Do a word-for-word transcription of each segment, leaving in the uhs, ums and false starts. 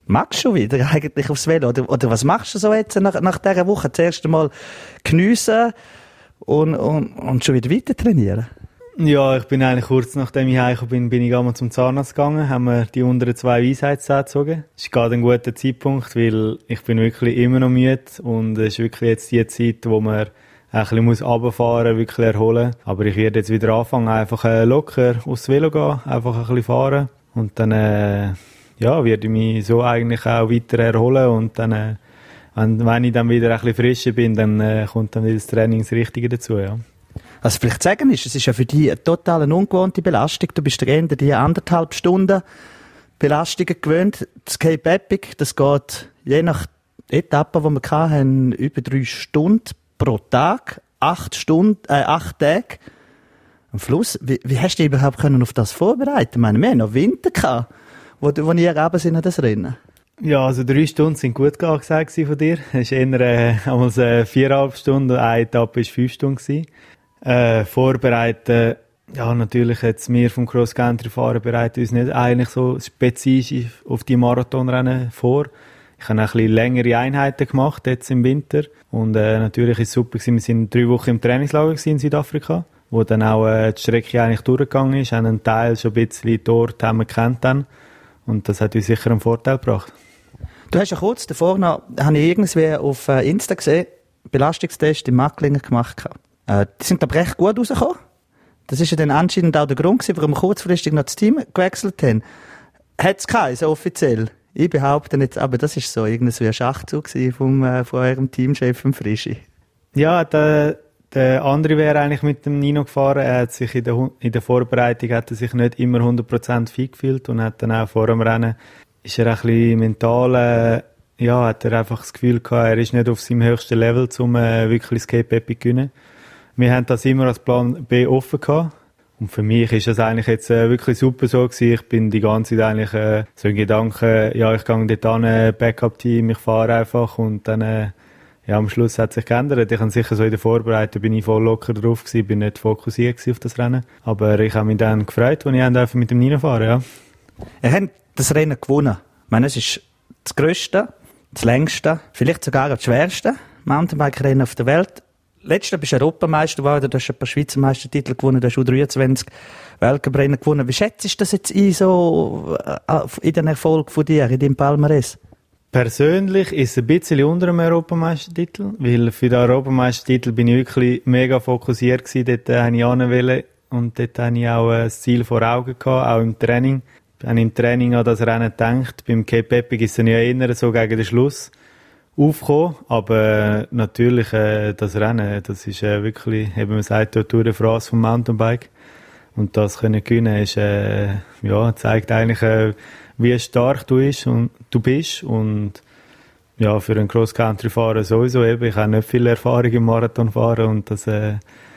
magst du wieder eigentlich aufs Velo? Oder, oder was machst du so jetzt nach, nach dieser Woche? Zuerst einmal geniessen und, und, und schon wieder weiter trainieren? Ja, ich bin eigentlich kurz nachdem ich heimgekommen bin, bin ich einmal zum Zahnarzt gegangen, haben wir die unteren zwei Weisheitszähne gezogen. Das ist gerade ein guter Zeitpunkt, weil ich bin wirklich immer noch müde und es ist wirklich jetzt die Zeit, wo man ein bisschen muss runterfahren, wirklich erholen. Aber ich werde jetzt wieder anfangen, einfach äh, locker aufs Velo gehen, einfach ein bisschen fahren und dann äh, ja, werde ich mich so eigentlich auch weiter erholen und dann, äh, wenn, wenn ich dann wieder ein bisschen frischer bin, dann äh, kommt dann wieder das Training das Richtige dazu, ja. Was vielleicht sagen ist, es ist ja für dich eine total ungewohnte Belastung. Du bist Ende die anderthalb Stunden Belastungen gewöhnt. Das Cape Epic, das geht je nach Etappe, die wir hatten, über drei Stunden pro Tag, acht Stunden, äh, acht Tage. Am Schluss, wie, wie hast du dich überhaupt können auf das vorbereiten? Ich meine, wir haben noch Winter gehabt, wo, wo ihr runter sind an das Rennen. Ja, also drei Stunden sind gut gesagt von dir. Es war eher äh, einmal äh, viereinhalb Stunden, eine Etappe war fünf Stunden gewesen. Äh, vorbereiten, ja, natürlich jetzt wir vom Cross-Country-Fahren bereiten uns nicht eigentlich so spezifisch auf die Marathonrennen vor. Ich habe auch ein bisschen längere Einheiten gemacht, jetzt im Winter. Und äh, natürlich ist es super gewesen, wir sind drei Wochen im Trainingslager in Südafrika, wo dann auch äh, die Strecke eigentlich durchgegangen ist, haben einen Teil schon ein bisschen dort haben wir gekannt dann. Und das hat uns sicher einen Vorteil gebracht. Du hast ja kurz davor noch, habe ich irgendwie auf äh, Insta gesehen, Belastungstest in Macklingen gemacht. Äh, die sind aber recht gut rausgekommen. Das ist ja dann anscheinend auch der Grund gewesen, warum wir kurzfristig noch das Team gewechselt haben. Hat es keinen, so offiziell? Ich behaupte jetzt, aber das ist so irgendwie ein Schachzug vom, äh, von eurem Teamchef, dem Frischi. Ja, der, der andere wäre eigentlich mit dem Nino gefahren. Er hat sich in der, in der Vorbereitung hat er sich nicht immer hundert Prozent fit gefühlt und hat dann auch vor dem Rennen ist er ein bisschen mental, äh, ja, hat er einfach das Gefühl gehabt, er ist nicht auf seinem höchsten Level, um äh, wirklich das Cape Epic zu gewinnen. Wir haben das immer als Plan B offen gehabt. Und für mich ist das eigentlich jetzt äh, wirklich super so gewesen. Ich bin die ganze Zeit eigentlich äh, so in Gedanken, ja, ich gehe dort an, äh, Backup-Team, ich fahre einfach und dann, äh, ja, am Schluss hat sich geändert. Ich habe sicher so in der Vorbereitung bin ich voll locker drauf gewesen, bin nicht fokussiert gewesen auf das Rennen. Aber ich habe mich dann gefreut, als ich einfach mit dem Nino fahren, ja. Ihr habt das Rennen gewonnen. Ich meine, es ist das grösste, das längste, vielleicht sogar das schwerste Mountainbike-Rennen auf der Welt. Letztes bist du Europameister geworden, du hast ein paar Schweizer Meistertitel gewonnen, du hast U dreiundzwanzig Weltcuprennen gewonnen. Wie schätzt du das jetzt ein, so in den Erfolg von dir, in deinem Palmares? Persönlich ist es ein bisschen unter dem Europameistertitel, weil für den Europameistertitel bin ich wirklich mega fokussiert gewesen, dort wollte ich hinwollen und dort hatte ich auch ein Ziel vor Augen gehabt, auch im Training. Ich habe im Training an das Rennen gedacht, beim Cape Epic ist es ja eher so gegen den Schluss aufgekommen, aber äh, natürlich äh, das Rennen, das ist äh, wirklich, eben man sagt, die Tour de France vom Mountainbike und das können gewinnen ist, äh, ja, zeigt eigentlich, äh, wie stark du, ist und, du bist und ja, für einen Cross-Country-Fahrer sowieso eben, ich habe nicht viel Erfahrung im Marathonfahren und das, äh,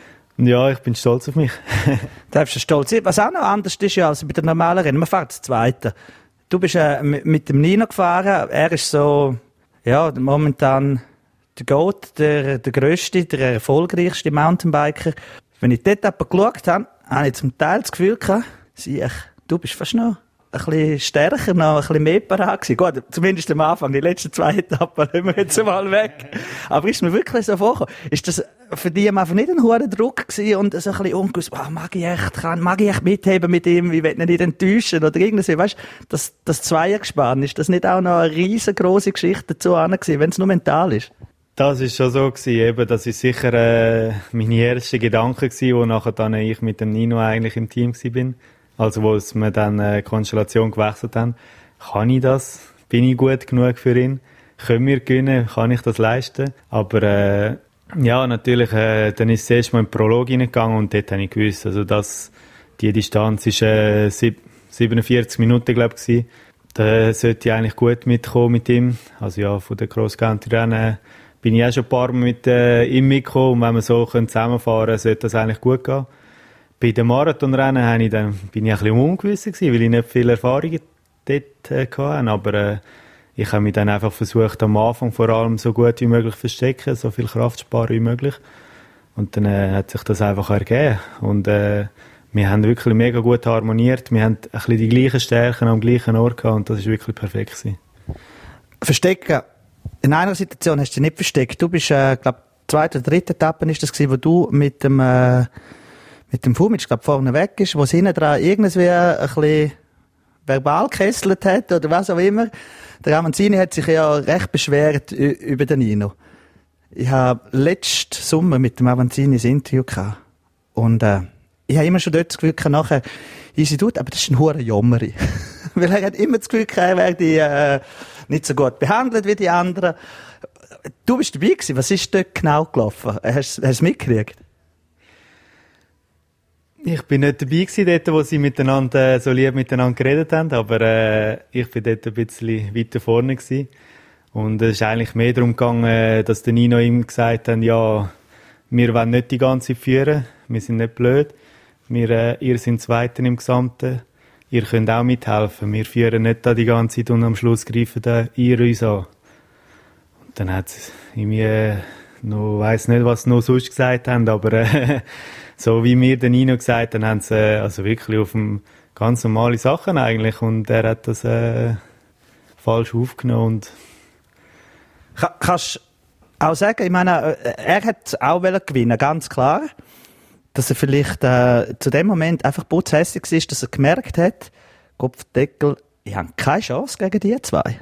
ja, ich bin stolz auf mich. Du darfst stolz sein. Was auch noch anders ist ja als bei den normalen Rennen, man fährt das Zweite. Du bist äh, mit dem Nino gefahren, er ist so, ja, momentan der Goat, der, der grösste, der erfolgreichste Mountainbiker. Wenn ich dort jemanden geschaut habe, habe ich zum Teil das Gefühl gehabt, sieh, du bist fast noch ein bisschen stärker, noch ein bisschen mehr parat gewesen. Gut, zumindest am Anfang, die letzten zwei Etappen nehmen wir jetzt mal weg. Aber ist mir wirklich so vorgekommen? Ist das für dich einfach nicht ein hoher Druck gewesen und so ein bisschen ungewiss, oh, mag ich echt, kann, mag ich echt mitheben mit ihm, ich will ihn nicht enttäuschen oder irgendwie, weißt du, das, das Zweiergespann, ist das nicht auch noch eine riesengroße Geschichte dazu an gewesen, wenn es nur mental ist? Das ist schon so gewesen, eben, das ist sicher äh, meine erste Gedanken gewesen, wo nachher dann ich mit dem Nino eigentlich im Team gewesen bin. Also, wo wir dann äh, Konstellation gewechselt haben. Kann ich das? Bin ich gut genug für ihn? Können wir gewinnen? Kann ich das leisten? Aber, äh, ja, natürlich, äh, dann ist es erst mal in den Prolog reingegangen und dort habe ich gewusst, also das, die Distanz ist, äh, siebenundvierzig Minuten, glaube ich, gewesen. Da sollte ich eigentlich gut mitkommen mit ihm. Also, ja, von den Cross-Country-Rennen bin ich auch schon ein paar Mal mit äh, ihm mitgekommen und wenn wir so zusammenfahren können, sollte das eigentlich gut gehen. Bei den Marathonrennen habe ich dann, bin ich ein bisschen ungewiss gewesen, weil ich nicht viel Erfahrung dort äh, hatte. Aber äh, ich habe mich dann einfach versucht, am Anfang vor allem so gut wie möglich zu verstecken, so viel Kraft sparen wie möglich. Und dann äh, hat sich das einfach ergeben. Und äh, wir haben wirklich mega gut harmoniert. Wir haben ein bisschen die gleichen Stärken am gleichen Ort gehabt und das war wirklich perfekt gewesen. verstecken. In einer Situation hast du dich nicht versteckt. Du bist, äh, glaube zweite oder dritte Etappe ist das gewesen, wo du mit dem, äh, mit dem Fumic, glaube vorne weg ist, wo es hinten dran irgendwie ein bisschen verbal gekesselt hat oder was auch immer. Der Avanzini hat sich ja recht beschwert über den Nino. Ich habe letzten Sommer mit dem Avanzini ein Interview gehabt. Und, äh, ich habe immer schon dort das Gefühl gehabt, nachher, easy tut, aber das ist ein hoher Jommeri. Weil er hat immer das Gefühl gehabt, er werde, äh, nicht so gut behandelt wie die anderen. Du bist dabei gewesen. Was ist dort genau gelaufen? Hast du es mitgekriegt? Ich bin nicht dabei gewesen, dort, wo sie miteinander, so lieb miteinander geredet haben, aber äh, ich bin dort ein bisschen weiter vorne gewesen. Und es ist eigentlich mehr darum gegangen, dass der Nino ihm gesagt hat, ja, wir wollen nicht die ganze Zeit führen, wir sind nicht blöd, wir, äh, ihr seid Zweiter im Gesamten, ihr könnt auch mithelfen, wir führen nicht da die ganze Zeit und am Schluss greifen da ihr uns an. Und dann hat es irgendwie, äh, noch, weiss nicht, was sie noch sonst gesagt haben, aber äh, so wie mir der Nino gesagt haben, haben sie äh, also wirklich auf dem ganz normale Sachen eigentlich und er hat das äh, falsch aufgenommen. Und Ka- kannst du auch sagen, ich meine, er hat auch gewinnen, ganz klar, dass er vielleicht äh, zu dem Moment einfach putzhässig war, dass er gemerkt hat, Kopfdeckel, ich habe keine Chance gegen die zwei.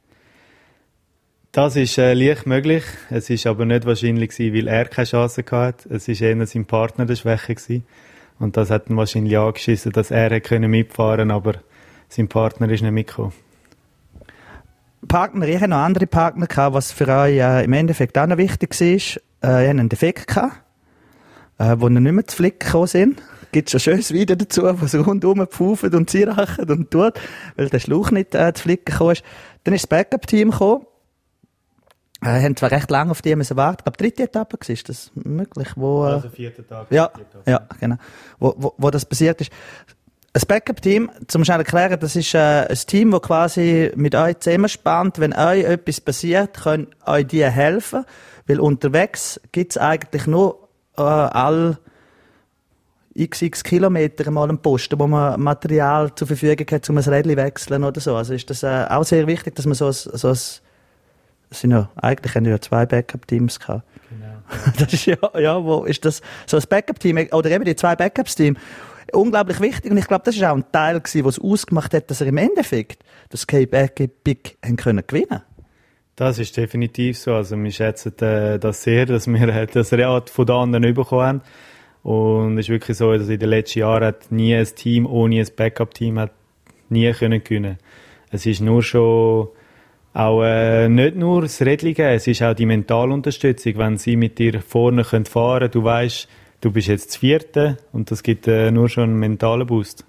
Das ist äh, leicht möglich. Es ist aber nicht wahrscheinlich gewesen, weil er keine Chance hatte. Es war eher sein Partner der Schwäche gewesen. Und das hat ihn wahrscheinlich angeschissen, dass er hätte mitfahren, aber sein Partner ist nicht mitgekommen. Partner, ich hatte noch andere Partner gehabt, was für euch äh, im Endeffekt auch noch wichtig war. Äh, ich hatte einen Defekt gehabt, äh, wo wir nicht mehr zu Flick gekommen sind. Gibt schon ein schönes Video dazu, wo sie rundherum pfaufen und zirachen und tut, weil der Schlauch nicht äh, zu Flick gekommen ist. Dann ist das Backup-Team gekommen. Wir äh, haben zwar recht lange auf die müssen warten. Ich glaube, dritte Etappe war ist das möglich? Wo, äh, also vierte Tag. Ja, ja, genau. Wo, wo, wo das passiert ist. Ein Backup-Team, zum schnell erklären, das ist äh, ein Team, das quasi mit euch zusammenspannt. Wenn euch etwas passiert, können euch die helfen. Weil unterwegs gibt es eigentlich nur äh, all xx Kilometer mal einen Posten, wo man Material zur Verfügung hat, um ein Rädchen wechseln oder so. Also ist das äh, auch sehr wichtig, dass man so ein, so ein das sind ja, eigentlich haben wir ja zwei Backup-Teams gehabt. Genau. Das ist ja, ja, wo ist das, so ein Backup-Team, oder eben die zwei Backups-Teams, unglaublich wichtig. Und ich glaube, das war auch ein Teil gewesen, was ausgemacht hat, dass er im Endeffekt das Cape Epic haben können gewinnen. Das ist definitiv so. Also, wir schätzen äh, das sehr, dass wir das Rad von den anderen bekommen haben. Und es ist wirklich so, dass in den letzten Jahren hat nie ein Team ohne ein Backup-Team hat nie können gewinnen. Es ist nur schon auch äh, nicht nur das Rädchen, es ist auch die Mentalunterstützung. Wenn sie mit dir vorne fahren können, du weißt, du bist jetzt das Vierte und das gibt äh, nur schon einen mentalen Boost.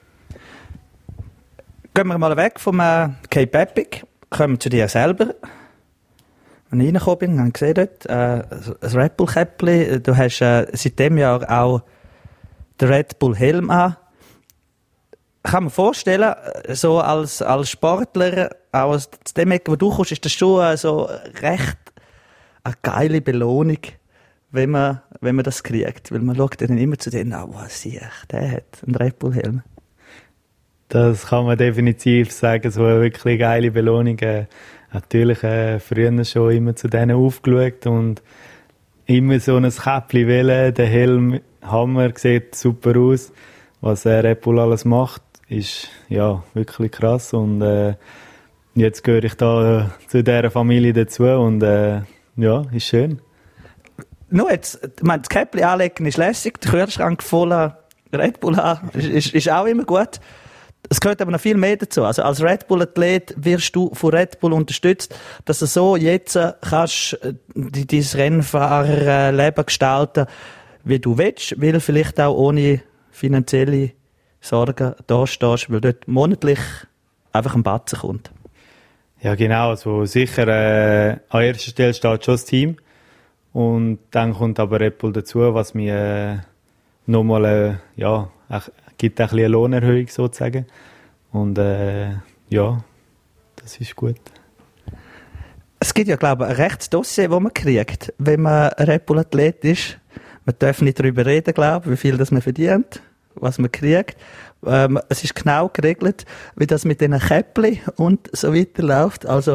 Gehen wir mal weg vom äh, Cape Epic, kommen zu dir selber. Als ich reingekommen bin, habe ich gesehen dort, äh, ein Red Bull-Käppchen. Du hast äh, seit dem Jahr auch den Red Bull-Helm an. Ich kann mir vorstellen, so als, als Sportler, auch aus dem Ecke, wo du kommst, ist das schon äh, so recht eine geile Belohnung, wenn man, wenn man das kriegt. Weil man schaut dann immer zu denen, oh, was ich, der hat einen Red Bull-Helm. Das kann man definitiv sagen, so eine wirklich geile Belohnung. Äh, natürlich äh, früher schon immer zu denen aufgeschaut und immer so ein Käppchen wählen. Der Helm, Hammer, sieht super aus. Was äh, Red Bull alles macht, ist ja wirklich krass. Und äh, jetzt gehöre ich da äh, zu dieser Familie dazu und äh, ja, ist schön. Nur jetzt, ich meine, das Käppchen anlegen ist lässig, der Kühlschrank voller Red Bull an, ist, ist, ist auch immer gut. Es gehört aber noch viel mehr dazu. Also als Red Bull-Athlet wirst du von Red Bull unterstützt, dass du so jetzt äh, kannst die, dein Rennfahrerleben gestalten, wie du willst, weil vielleicht auch ohne finanzielle Sorgen da stehst, weil dort monatlich einfach ein Batzen kommt. Ja genau, also sicher äh, an erster Stelle steht schon das Team und dann kommt aber Red Bull dazu, was mir äh, nochmal äh, ja, gibt auch ein bisschen eine Lohnerhöhung sozusagen. Und äh, ja, das ist gut. Es gibt ja, glaube ich, ein rechtes Dossier, das man kriegt, wenn man Red Bull-Athlet ist. Man darf nicht darüber reden, glaube ich, wie viel das man verdient, was man kriegt. Ähm, es ist genau geregelt, wie das mit diesen Käppchen und so weiter läuft. Also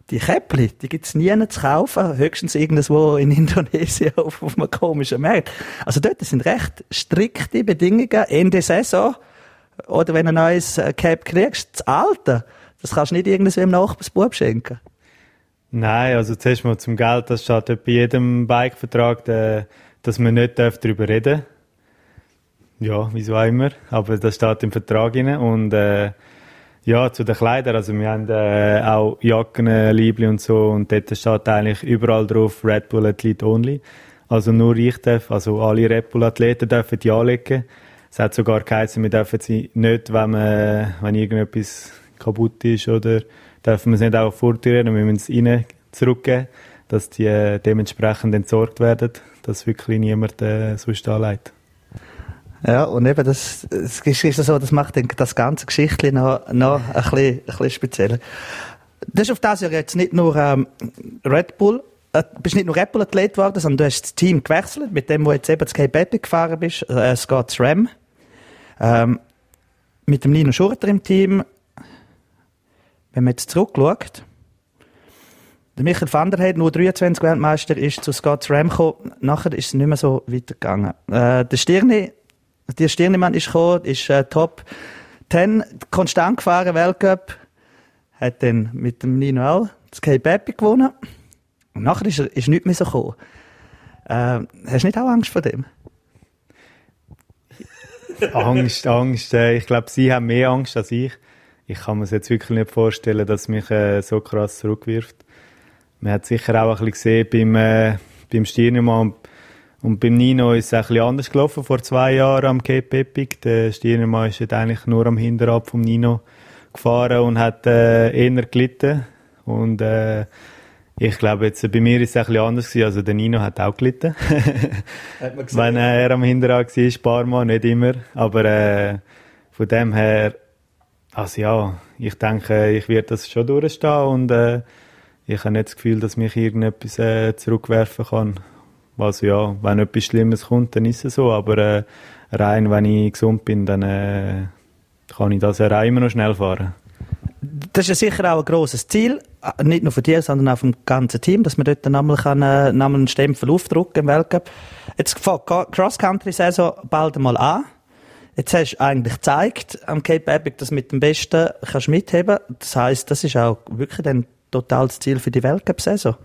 die Käppli, die gibt es nie zu kaufen, höchstens irgendwo in Indonesien auf, auf einem komischen Markt. Also dort sind recht strikte Bedingungen, Ende Saison, oder wenn du ein neues Cap kriegst, das alte, das kannst du nicht irgendwem Nachbarsbub schenken. Nein, also zuerst mal zum Geld, das steht bei jedem Bike-Vertrag, dass man nicht darüber reden darf. Ja, wieso auch immer, aber das steht im Vertrag rein. Und äh, ja, zu den Kleidern, also wir haben äh, auch Jacken, Liebli und so, und dort steht eigentlich überall drauf Red Bull Athlete Only. Also nur ich darf, also alle Red Bull Athleten dürfen die anlegen. Es hat sogar geheißen, wir dürfen sie nicht, wenn, man, wenn irgendetwas kaputt ist, oder dürfen wir es nicht auch fortführen, wir müssen es rein zurückgeben, dass die äh, dementsprechend entsorgt werden, dass wirklich niemand äh, sonst anlegt. Ja, und eben, das, das ist so, das macht das ganze Geschichtchen noch, noch ein bisschen, ein bisschen spezieller. Das ist auf das Jahr jetzt nicht nur ähm, Red Bull, äh, bist nicht nur Red Bull Athlet geworden, sondern du hast das Team gewechselt, mit dem, wo jetzt eben das Cape Epic gefahren bist, äh, es geht das Ram. Ähm, mit dem Nino Schurter im Team, wenn man jetzt zurückschaut, der Michael van der Heijden, nur dreiundzwanzig Weltmeister, ist zu Scott's Ram gekommen, nachher ist es nicht mehr so weitergegangen. Äh, der Stirni, Der Stirnemann ist gekommen, ist äh, Top zehn, konstant gefahren, Weltcup, hat dann mit dem Nino auch das Cape Epic gewonnen. Und nachher ist, er, ist nichts mehr so gekommen. Äh, hast du nicht auch Angst vor dem? Angst, Angst. Äh, ich glaube, sie haben mehr Angst als ich. Ich kann mir jetzt wirklich nicht vorstellen, dass mich äh, so krass zurückwirft. Man hat sicher auch ein bisschen gesehen beim, äh, beim Stirnemann. Und beim Nino ist es ein bisschen anders gelaufen, vor zwei Jahren am Cape Epic. Der Stirnemann ist eigentlich nur am Hinterrad vom Nino gefahren und hat äh, eher gelitten. Und äh, ich glaube, jetzt, bei mir ist es ein bisschen anders gewesen. Also der Nino hat auch gelitten. Hat man gesehen. Wenn er am Hinterrad war, ein paar Mal, nicht immer. Aber äh, von dem her, also ja, ich denke, ich werde das schon durchstehen. Und äh, ich habe nicht das Gefühl, dass mich irgendetwas äh, zurückwerfen kann. Also ja, wenn etwas Schlimmes kommt, dann ist es so. Aber äh, rein, wenn ich gesund bin, dann äh, kann ich das ja immer noch schnell fahren. Das ist ja sicher auch ein grosses Ziel, nicht nur von dir, sondern auch vom ganzen Team, dass man dort dann einmal, kann, äh, einmal einen Stempel aufdrücken im Weltcup. Jetzt fängt die Cross-Country-Saison bald einmal an. Jetzt hast du eigentlich gezeigt am Cape Epic, dass du mit dem Besten kannst mitheben kannst. Das heisst, das ist auch wirklich dann total das Ziel für die Weltcup-Saison.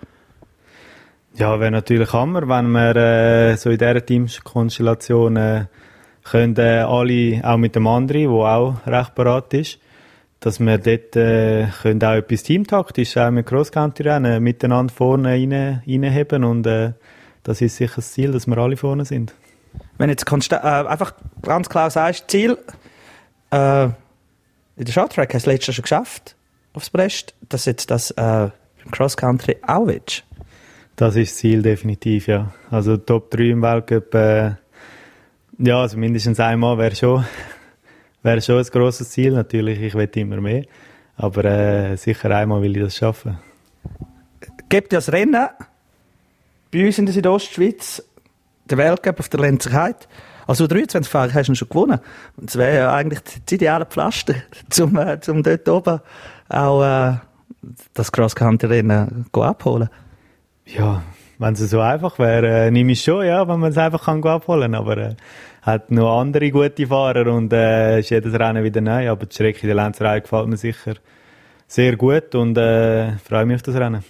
Ja, wäre natürlich Hammer, wenn wir äh, so in dieser Teamkonstellation äh, können äh, alle, auch mit dem anderen, der auch recht bereit ist, dass wir dort äh, können auch etwas teamtaktisch, auch mit Cross-Country-Rennen, miteinander vorne rein, reinheben und äh, das ist sicher das Ziel, dass wir alle vorne sind. Wenn du jetzt konsta- äh, einfach ganz klar sagst, Ziel, äh, in der Shorttrack hast du letztes Jahr schon geschafft, aufs Brest, dass jetzt das äh, im Cross-Country auch willst. Das ist das Ziel, definitiv, ja. Also Top drei im Weltcup, äh, ja, also mindestens einmal wäre schon, wäre schon ein grosses Ziel. Natürlich, ich will immer mehr, aber äh, sicher einmal will ich das schaffen. Gibt ja das Rennen bei uns in der Südostschweiz, der Weltcup auf der Lenzer Heide. Als U dreiundzwanzig-Fahrer hast du ihn schon gewonnen. Und das wäre ja eigentlich das ideale Pflaster, um äh, zum dort oben auch äh, das Cross-Country-Rennen abholen. Ja, wenn es so einfach wäre, äh, nehme ich schon, ja, wenn man es einfach kann abholen kann. Aber es äh, hat noch andere gute Fahrer und äh, ist jedes Rennen wieder neu. Aber die Strecke in der Lenzerei gefällt mir sicher sehr gut und äh, freue mich auf das Rennen.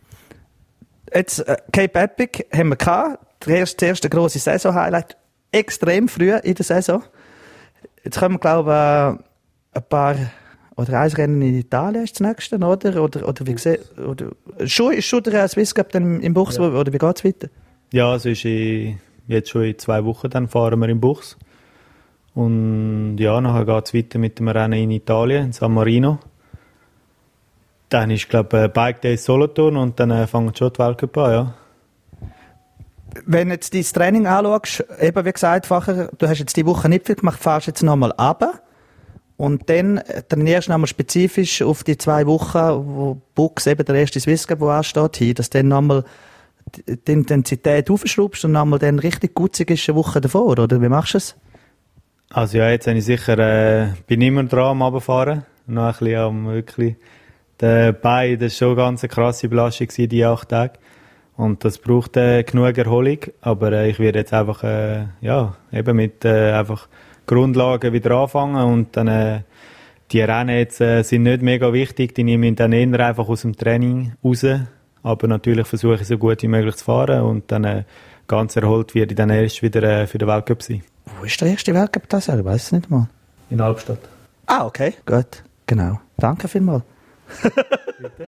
Jetzt, äh, Cape Epic haben wir gehabt. Das erste, das erste grosse Saison-Highlight. Extrem früh in der Saison. Jetzt kommen wir, glaube ich, äh, ein paar... Oder ein Rennen in Italien ist das nächste, oder? Oder, oder wie gesagt, oder, schon, ist schon der Swiss Cup dann im Buchs, ja. Oder wie geht es weiter? Ja, also ist in, jetzt schon in zwei Wochen, dann fahren wir im Buchs. Und ja, nachher geht es weiter mit dem Rennen in Italien, in San Marino. Dann ist, glaube ich, Bike Day Solothurn und dann äh, fängt schon die Weltcup an, ja. Wenn du jetzt dein Training anschaust, eben wie gesagt, Facher, du hast jetzt die Woche nicht viel gemacht, fahrst jetzt nochmal runter. Und dann trainierst du nochmal spezifisch auf die zwei Wochen, wo Buchs eben der erste Swiss Cup, der ansteht, hin, dass du dann nochmal die Intensität aufschraubst und nochmal dann richtig gutzig ist eine Woche davor, oder? Wie machst du es? Also ja, jetzt bin ich sicher, äh, bin immer dran am Runterfahren. Noch ein bisschen am wirklich Der Bein, das war schon eine ganz krasse Belastung, die acht Tage. Und das braucht äh, genug Erholung. Aber äh, ich werde jetzt einfach, äh, ja, eben mit äh, einfach Grundlagen wieder anfangen. Und dann, äh, die Rennen jetzt äh, sind nicht mega wichtig. Die nehme ich dann eher einfach aus dem Training raus. Aber natürlich versuche ich so gut wie möglich zu fahren. Und dann äh, ganz erholt werde ich dann erst wieder äh, für den Weltcup sein. Wo ist der erste Weltcup das Jahr? Ich weiss es nicht mal. In Albstadt. Ah, okay, gut. Genau. Danke vielmals.